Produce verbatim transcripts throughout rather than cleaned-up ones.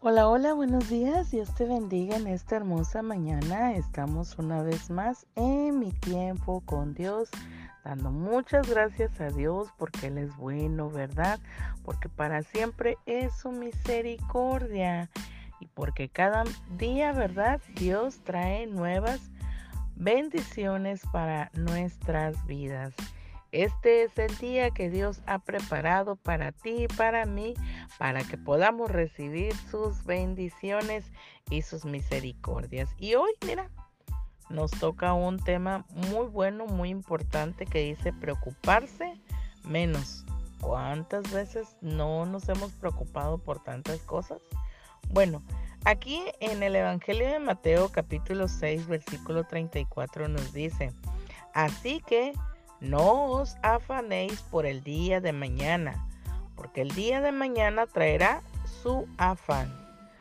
Hola, hola, buenos días. Dios te bendiga en esta hermosa mañana. Estamos una vez más en mi tiempo con Dios, dando muchas gracias a Dios porque Él es bueno, ¿verdad? Porque para siempre es su misericordia y porque cada día, ¿verdad? Dios trae nuevas bendiciones para nuestras vidas. Este es el día que Dios ha preparado para ti y para mí, para que podamos recibir sus bendiciones y sus misericordias. Y hoy, mira, nos toca un tema muy bueno, muy importante que dice preocuparse menos. ¿Cuántas veces no nos hemos preocupado por tantas cosas? Bueno, aquí en el Evangelio de Mateo capítulo seis versículo treinta y cuatro nos dice: así que no os afanéis por el día de mañana, porque el día de mañana traerá su afán.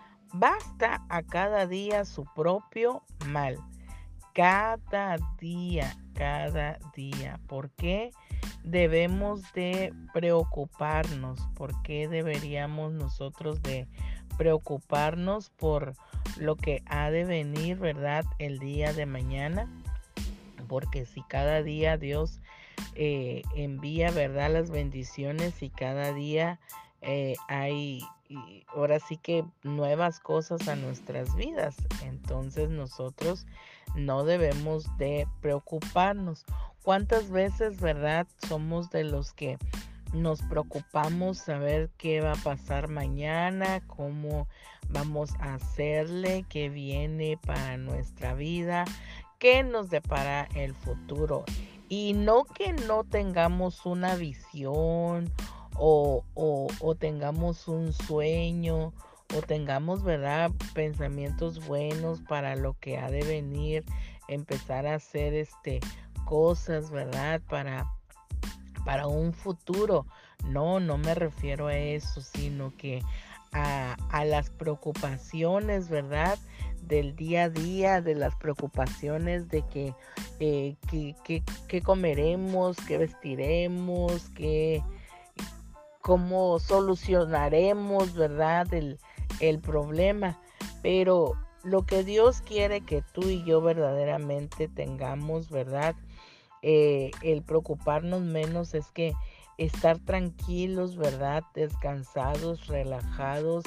Basta a cada día su propio mal. Cada día, cada día. ¿Por qué debemos de preocuparnos? ¿Por qué deberíamos nosotros de preocuparnos por lo que ha de venir, verdad, el día de mañana? Porque si cada día Dios eh, envía, ¿verdad?, las bendiciones y cada día eh, hay, y ahora sí que nuevas cosas a nuestras vidas. Entonces nosotros no debemos de preocuparnos. ¿Cuántas veces, verdad, somos de los que nos preocupamos saber qué va a pasar mañana, cómo vamos a hacerle, qué viene para nuestra vida, qué nos depara el futuro? Y no que no tengamos una visión o, o, o tengamos un sueño o tengamos, ¿verdad?, pensamientos buenos para lo que ha de venir, empezar a hacer este cosas, ¿verdad?, para para un futuro. No, no me refiero a eso, sino que a, a las preocupaciones, ¿verdad? Del día a día, de las preocupaciones de que, eh, que, que, que comeremos, que vestiremos, que cómo solucionaremos, ¿verdad?, el, el problema. Pero lo que Dios quiere que tú y yo verdaderamente tengamos, ¿verdad?, eh, el preocuparnos menos es que estar tranquilos, ¿verdad? Descansados, relajados,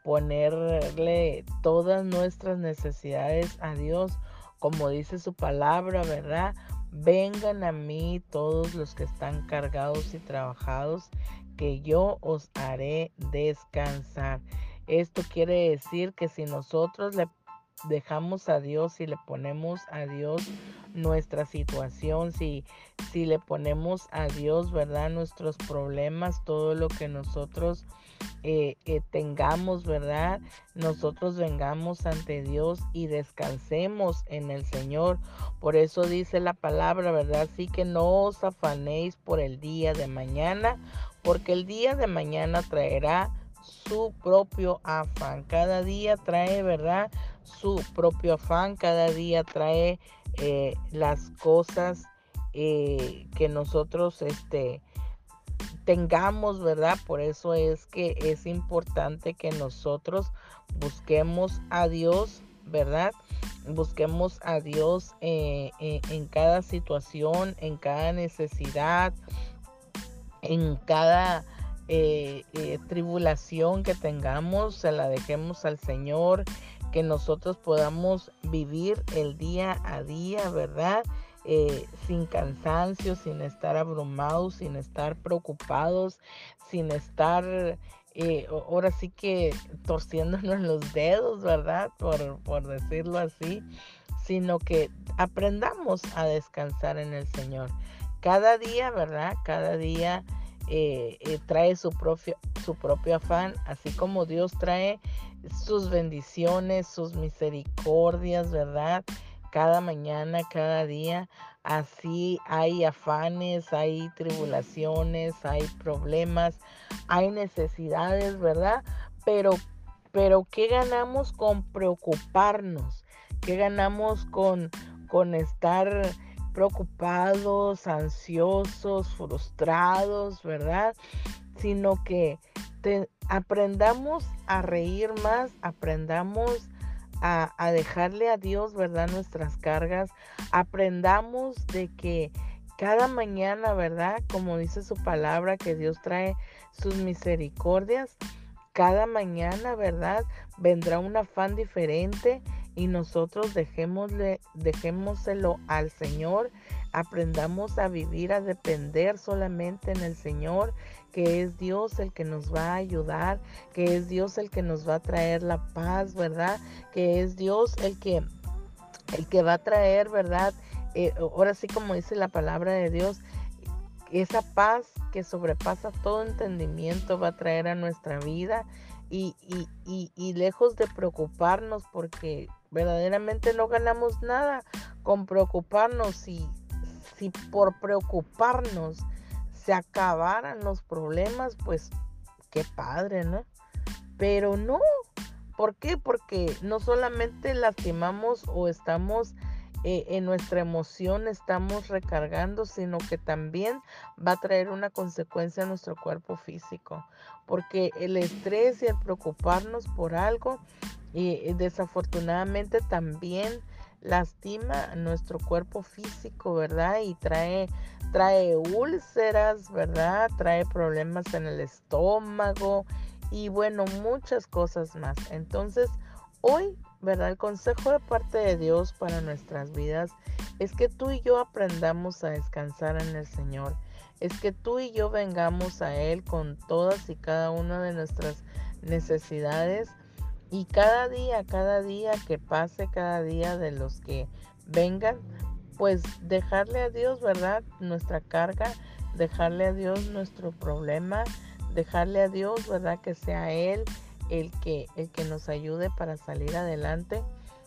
ponerle todas nuestras necesidades a Dios, como dice su palabra, ¿verdad? Vengan a mí todos los que están cargados y trabajados, que yo os haré descansar. Esto quiere decir que si nosotros le dejamos a Dios y le ponemos a Dios nuestra situación, si, si le ponemos a Dios, ¿verdad?, nuestros problemas, todo lo que nosotros eh, eh, tengamos, ¿verdad?, nosotros vengamos ante Dios y descansemos en el Señor. Por eso dice la palabra, ¿verdad? Así que no os afanéis por el día de mañana, porque el día de mañana traerá su propio afán. Cada día trae, ¿verdad?, su propio afán. Cada día trae eh, las cosas eh, que nosotros este, tengamos, ¿verdad? Por eso es que es importante que nosotros busquemos a Dios, ¿verdad? Busquemos a Dios eh, eh, en cada situación, en cada necesidad, en cada eh, eh, tribulación que tengamos, se la dejemos al Señor, que nosotros podamos vivir el día a día, ¿verdad? Eh, sin cansancio, sin estar abrumados, sin estar preocupados, sin estar, eh, ahora sí que torciéndonos los dedos, ¿verdad? Por, por decirlo así, sino que aprendamos a descansar en el Señor. Cada día, ¿verdad? Cada día eh, eh, trae su propio, su propio afán, así como Dios trae sus bendiciones, sus misericordias, ¿verdad? Cada mañana, cada día, así hay afanes, hay tribulaciones, hay problemas, hay necesidades, ¿verdad? Pero, pero ¿qué ganamos con preocuparnos? ¿Qué ganamos con, con estar preocupados, ansiosos, frustrados, ¿verdad? Sino que te, aprendamos a reír más, aprendamos a, a dejarle a Dios, ¿verdad? Nuestras cargas, aprendamos de que cada mañana, ¿verdad? Como dice su palabra, que Dios trae sus misericordias. Cada mañana, ¿verdad? Vendrá un afán diferente y nosotros dejémosle, dejémoselo al Señor. Aprendamos a vivir, a depender solamente en el Señor, que es Dios el que nos va a ayudar, que es Dios el que nos va a traer la paz, ¿verdad? Que es Dios el que, el que va a traer, ¿verdad? Eh, ahora sí, como dice la palabra de Dios, esa paz que sobrepasa todo entendimiento va a traer a nuestra vida y, y, y, y lejos de preocuparnos, porque verdaderamente no ganamos nada con preocuparnos. Si, si por preocuparnos se acabaran los problemas, pues qué padre, ¿no? Pero no. ¿Por qué? Porque no solamente lastimamos o estamos eh, en nuestra emoción, estamos recargando, sino que también va a traer una consecuencia a nuestro cuerpo físico. Porque el estrés y el preocuparnos por algo, y desafortunadamente también lastima a nuestro cuerpo físico, ¿verdad? Y trae, trae úlceras, ¿verdad? Trae problemas en el estómago y bueno, muchas cosas más. Entonces, hoy, ¿verdad? El consejo de parte de Dios para nuestras vidas es que tú y yo aprendamos a descansar en el Señor. Es que tú y yo vengamos a Él con todas y cada una de nuestras necesidades. Y cada día, cada día que pase, cada día de los que vengan, pues dejarle a Dios, ¿verdad? Nuestra carga, dejarle a Dios nuestro problema, dejarle a Dios, ¿verdad? Que sea Él el que, el que nos ayude para salir adelante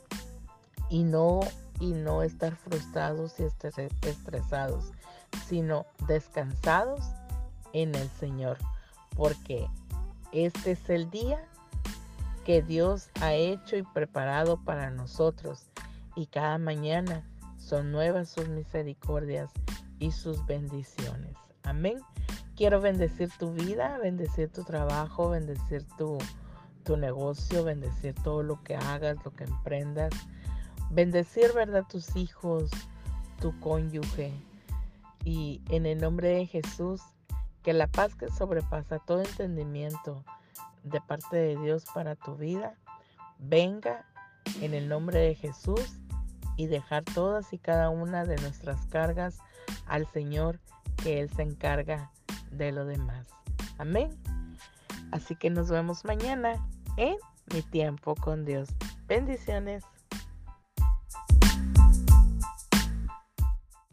y no, y no estar frustrados y estresados, sino descansados en el Señor, porque este es el día que Dios ha hecho y preparado para nosotros, y cada mañana son nuevas sus misericordias y sus bendiciones. Amén. Quiero bendecir tu vida, bendecir tu trabajo, bendecir tu, tu negocio, bendecir todo lo que hagas, lo que emprendas. Bendecir, ¿verdad? Tus hijos, tu cónyuge. Y en el nombre de Jesús, que la paz que sobrepasa todo entendimiento de parte de Dios para tu vida, venga en el nombre de Jesús, y dejar todas y cada una de nuestras cargas al Señor, que Él se encarga de lo demás. Amén. Así que nos vemos mañana en Mi Tiempo con Dios. Bendiciones.